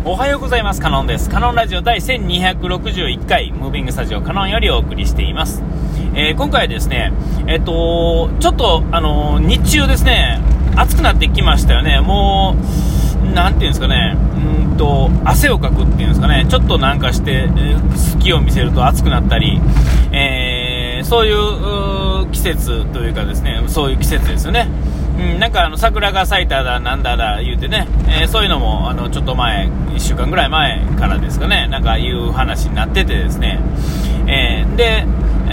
おはようございます。カノンです。カノンラジオ第1261回ムービングスタジオカノンよりお送りしています。今回はですね、ちょっと日中ですね、暑くなってきましたよね。もうなんていうんですかね、汗をかくっていうんですかね、ちょっとなんかして隙を見せると暑くなったり、そういう季節というかですね、そういう季節ですよね。なんか桜が咲いただなんだだ言うてね、そういうのもちょっと前、1週間ぐらい前からですかね、なんかいう話になっててですね、で、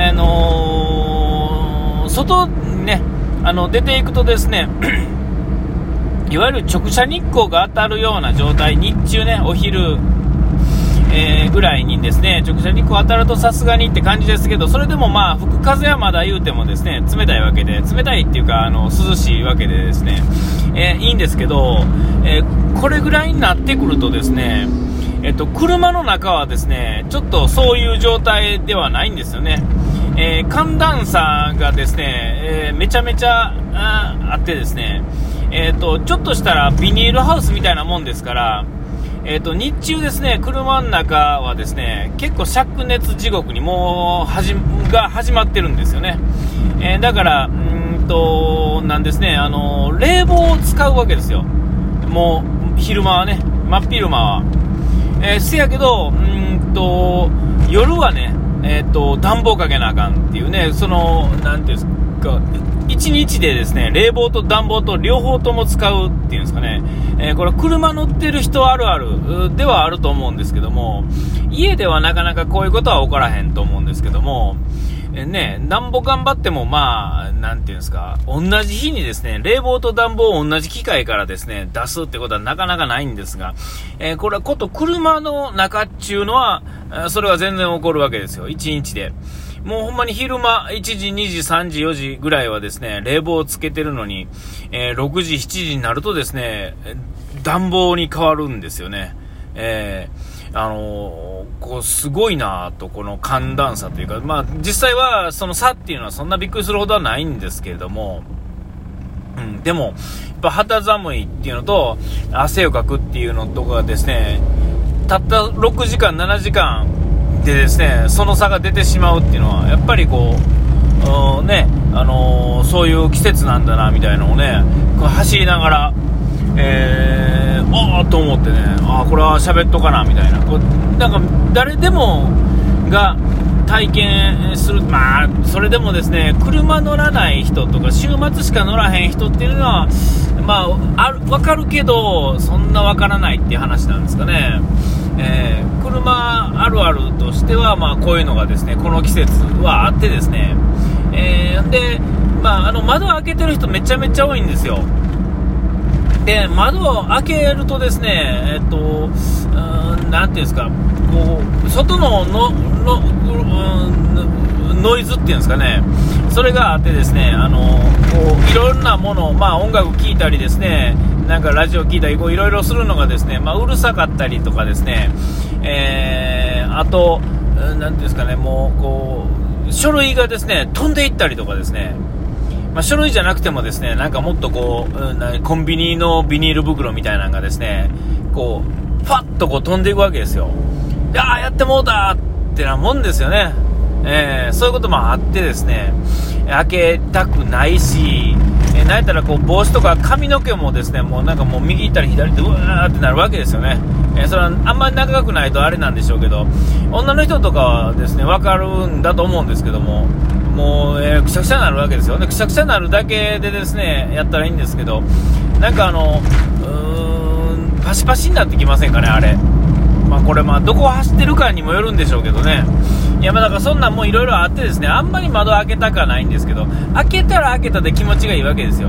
外にね出ていくとですねいわゆる直射日光が当たるような状態、日中ね、お昼ぐらいにですね、直射日光当たるとさすがにって感じですけど、それでもまあ吹く風はまだ言うてもですね、冷たいわけで、冷たいっていうか涼しいわけでですね、いいんですけど、これぐらいになってくるとですね、車の中はですね、ちょっとそういう状態ではないんですよね。寒暖差がですね、めちゃめちゃあってですね、ちょっとしたらビニールハウスみたいなもんですから、日中ですね、車の中はですね、結構灼熱地獄にもうが始まってるんですよね。だからなんですね、冷房を使うわけですよ。もう昼間はね、真っ昼間は、せやけど夜はね、暖房かけなあかんっていうね、なんていうんですか、1日でですね、冷房と暖房と両方とも使うっていうんですかね、これ車乗ってる人あるあるではあると思うんですけども、家ではなかなかこういうことは起こらへんと思うんですけども、なんぼ頑張ってもまあなんていうんですか、同じ日にですね、冷房と暖房を同じ機械からですね出すってことはなかなかないんですが、これはこと車の中っていうのはそれは全然起こるわけですよ。1日でもうほんまに昼間1時2時3時4時ぐらいはですね、冷房をつけてるのに、6時7時になるとですね、暖房に変わるんですよね。こうすごいなと、この寒暖差というか、まあ実際はその差っていうのはそんなびっくりするほどはないんですけれども、でもやっぱ肌寒いっていうのと汗をかくっていうのとかですね、たった6時間7時間でですね、その差が出てしまうっていうのはやっぱりこうそういう季節なんだなみたいなのをね、走りながらと思ってね、これは喋っとかなみたいな、なんか誰でもが体験する、まあそれでもですね、車乗らない人とか週末しか乗らへん人っていうのはまあ分かるけど、そんな分からないっていう話なんですかね。車あるあるとしては、まあこういうのがですね、この季節はあってですね、で、まあ窓を開けてる人めちゃめちゃ多いんですよ。で、窓を開けるとですね、なんていうんですか、こう外のノイズっていうんですかね、それがあってですね、こういろんなもの、まあ音楽聴いたりですね、なんかラジオ聴いたり、こういろいろするのがですね、まあうるさかったりとかですね、あとなんていうんですかね、もうこう書類がですね飛んでいったりとかですね、まあ、書類じゃなくてもですね、なんかもっとこう、コンビニのビニール袋みたいなのがですね、こうファッとこう飛んでいくわけですよ。やってもうたってなもんですよね。そういうこともあってですね、開けたくないし、なんやったらこう帽子とか髪の毛もですね、もうなんかもう右行ったり左行ってうわーってなるわけですよね。それはあんまり長くないとあれなんでしょうけど、女の人とかはですね分かるんだと思うんですけども、もう、くしゃくしゃになるわけですよね。くしゃくしゃになるだけでですねやったらいいんですけど、なんかパシパシになってきませんかね、あれ。まあこれどこを走ってるかにもよるんでしょうけどね。いや、まあだからそんなんもいろいろあってですね、あんまり窓開けたくはないんですけど、開けたら開けたで気持ちがいいわけですよ。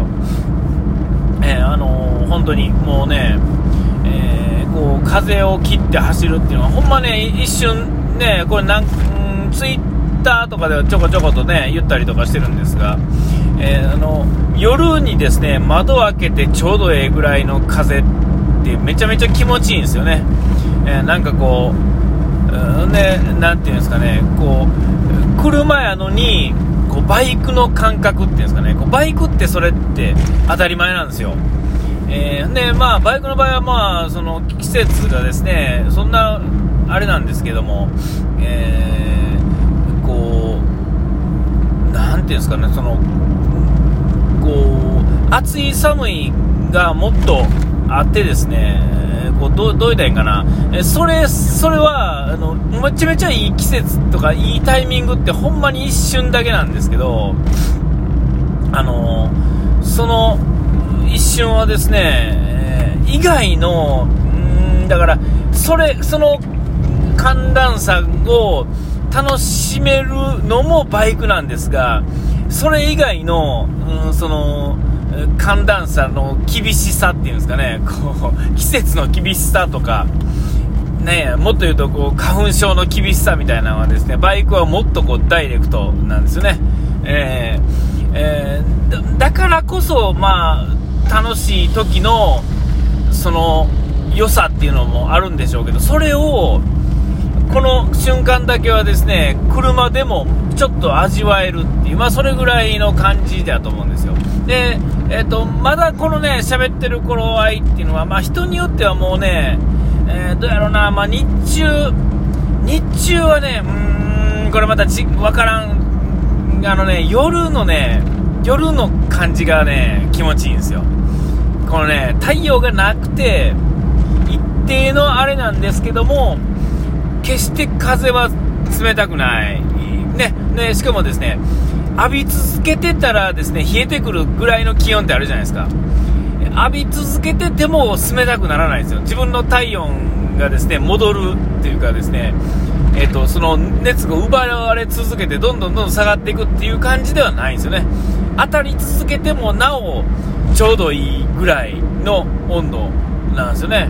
本当にもうね、こう風を切って走るっていうのはほんまね、一瞬ね、これツイッターとかではちょこちょことね言ったりとかしてるんですが、夜にですね窓を開けてちょうどええぐらいの風ってめちゃめちゃ気持ちいいんですよね。なんかこうなんていうんですかね、こう車やのにこうバイクの感覚っていうんですかね、こうバイクってそれって当たり前なんですよ。 で、まあ、バイクの場合は、まあ、その季節がですね、そんな、あれなんですけども、こう、なんていうんですかね、その、こう、暑い寒いがもっとあってですね、こうどう言ったらいいんかな、それはめちゃめちゃいい季節とかいいタイミングってほんまに一瞬だけなんですけど、その一瞬はですね、以外のだからその寒暖差を楽しめるのもバイクなんですが、それ以外の、その寒暖差の厳しさっていうんですかね、こう季節の厳しさとか、ね、もっと言うとこう花粉症の厳しさみたいなのはですね、バイクはもっとこうダイレクトなんですよね。だからこそ、まあ、楽しい時のその良さっていうのもあるんでしょうけど、それをこの瞬間だけはですね、車でもちょっと味わえるっていう、まあそれぐらいの感じだと思うんですよ。で、まだこのね、喋ってる頃合いっていうのは、まあ人によってはもうね、どうやろうな、まあ日中はね、これまたわからん、夜の感じがね、気持ちいいんですよ。このね、太陽がなくて、一定のあれなんですけども、決して風は冷たくないね。でしかもですね、浴び続けてたらですね、冷えてくるぐらいの気温ってあるじゃないですか。浴び続けてても冷たくならないんですよ。自分の体温がですね、戻るっていうかですね、その熱が奪われ続けてどんどん下がっていくっていう感じではないんですよね。当たり続けてもなおちょうどいいぐらいの温度なんですよね。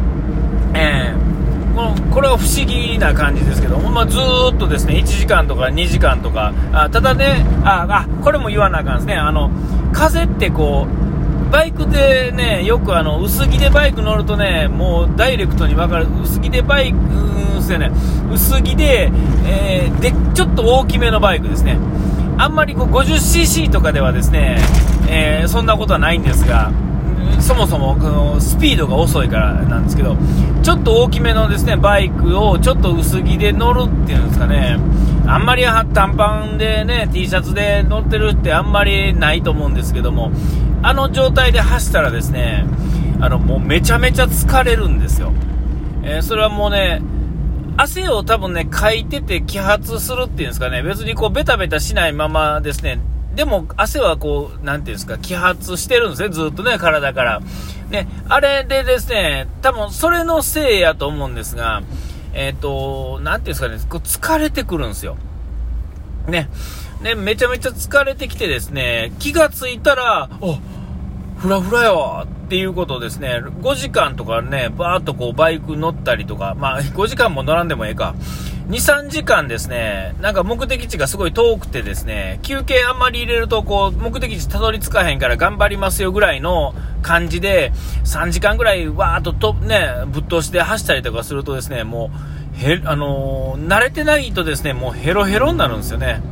これは不思議な感じですけど、ほんまずーっとですね、1時間とか2時間とか、ただね、これも言わなあかんですね。風ってこう、バイクでね、よく薄着でバイク乗るとね、もうダイレクトに分かる。薄着でバイク、薄着で、ちょっと大きめのバイクですね。あんまりこう 50cc とかではですね、そんなことはないんですが、そもそもこのスピードが遅いからなんですけど、ちょっと大きめのですねバイクをちょっと薄着で乗るっていうんですかね、あんまり短パンでね T シャツで乗ってるってあんまりないと思うんですけども、あの状態で走ったらですね、もうめちゃめちゃ疲れるんですよ。それはもうね、汗を多分ねかいてて揮発するっていうんですかね、別にこうベタベタしないままですね、でも汗はこうなんていうんですか、揮発してるんですね、ずっとね、体からね。あれでですね、多分それのせいやと思うんですが、なんていうんですかね、こう疲れてくるんですよね。でめちゃめちゃ疲れてきてですね、気がついたらフラフラよっていうことをですね、5時間とかねバーっとこうバイク乗ったりとか、まあ5時間も乗らんでもええか、2、3時間ですね、なんか目的地がすごい遠くてですね、休憩あんまり入れるとこう目的地たどり着かへんから頑張りますよぐらいの感じで3時間ぐらいわーっとねぶっ通しで走ったりとかするとですね、もう慣れてないとですね、もうヘロヘロになるんですよね。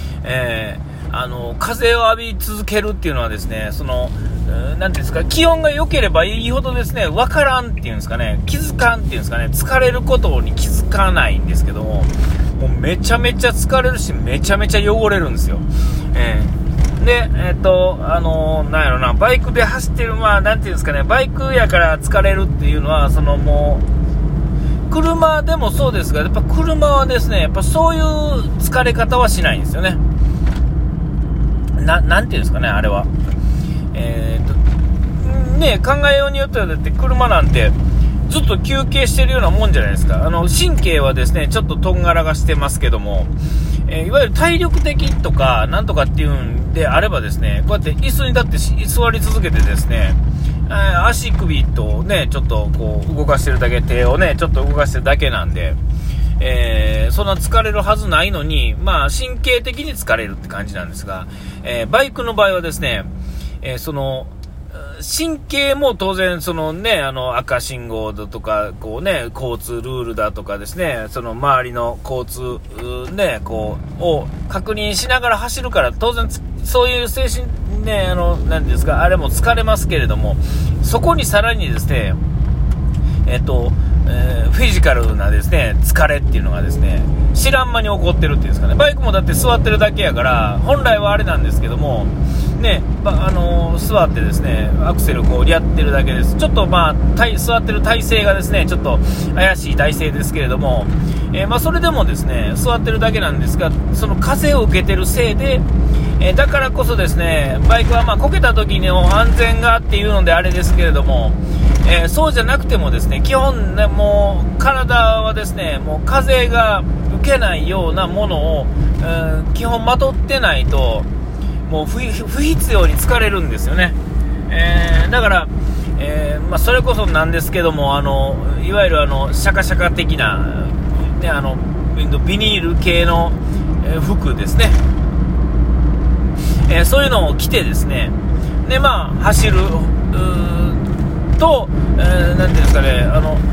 風を浴び続けるっていうのはですね、そのなんていうんですか、気温が良ければいいほどですね、分からんっていうんですかね、気づかんっていうんですかね、疲れることに気づかないんですけども、もうめちゃめちゃ疲れるし、めちゃめちゃ汚れるんですよ。で、なんやろな、バイクで走ってる、まあなんていうんですかね、バイクやから疲れるっていうのは、そのもう車でもそうですが、やっぱ車はですね、やっぱそういう疲れ方はしないんですよね。なんていうんですかね、あれは。考えようによってはだって車なんてずっと休憩してるようなもんじゃないですか。神経はですねちょっととんがらがしてますけども、いわゆる体力的とかなんとかっていうんであればですね、こうやって椅子にだって座り続けてですね、足首とねちょっとこう動かしてるだけ、手をねちょっと動かしてるだけなんで、そんな疲れるはずないのに、まあ神経的に疲れるって感じなんですが、バイクの場合はですね、その神経も当然そのね、赤信号だとかこうね、交通ルールだとかですね、その周りの交通ねこうを確認しながら走るから、当然そういう精神ね、なんですか、あれも疲れますけれども、そこにさらにですね、フィジカルなですね、疲れっていうのがですね、知らん間に起こってるっていうんですかね。バイクもだって座ってるだけやから、本来はあれなんですけども、ね、座ってですね、アクセルこうやってるだけです。ちょっと座ってる体勢がですね、ちょっと怪しい体勢ですけれども、それでもですね、座ってるだけなんですが、その風を受けてるせいで、だからこそですね、バイクはこけた時の安全がっていうのであれですけれども、そうじゃなくてもですね、基本ね、もう体はですね、もう風が受けないようなものを、基本まとってないと、もう不必要に疲れるんですよね。だから、それこそなんですけども、いわゆるシャカシャカ的な、ね、ビニール系の、服ですね、そういうのを着てですね、で走ると、なんていうんですかね、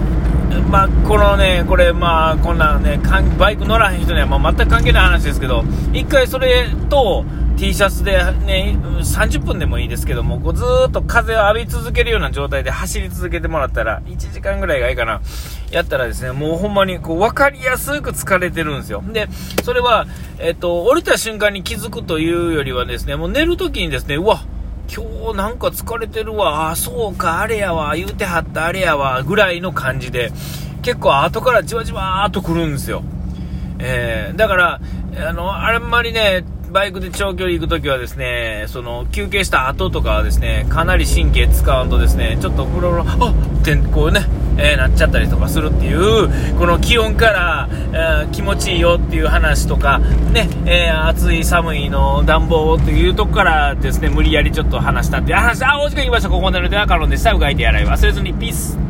これこんなね、バイク乗らへん人には全く関係ない話ですけど、一回それと T シャツでね、30分でもいいですけども、こうずーっと風を浴び続けるような状態で走り続けてもらったら、1時間ぐらいがいいかな、やったらですね、もうほんまにこう分かりやすく疲れてるんですよ。で、それは、降りた瞬間に気づくというよりはですね、もう寝るときにですね、うわ、今日なんか疲れてるわ、そうか、あれやわ、言うてはったあれやわ、ぐらいの感じで、結構後からじわじわーっと来るんですよ。だから、あんまりね、バイクで長距離行くときはですね、その休憩した後とかはですね、かなり神経使うとですね、ちょっとフロロってこうね、なっちゃったりとかするっていう、この気温から、気持ちいいよっていう話とかね、暑い寒いの暖房っていうとこからですね、無理やりちょっと話したっていう話。お時間来ました。ここまでのではカロンでした。うがいて洗い忘れずに。ピース。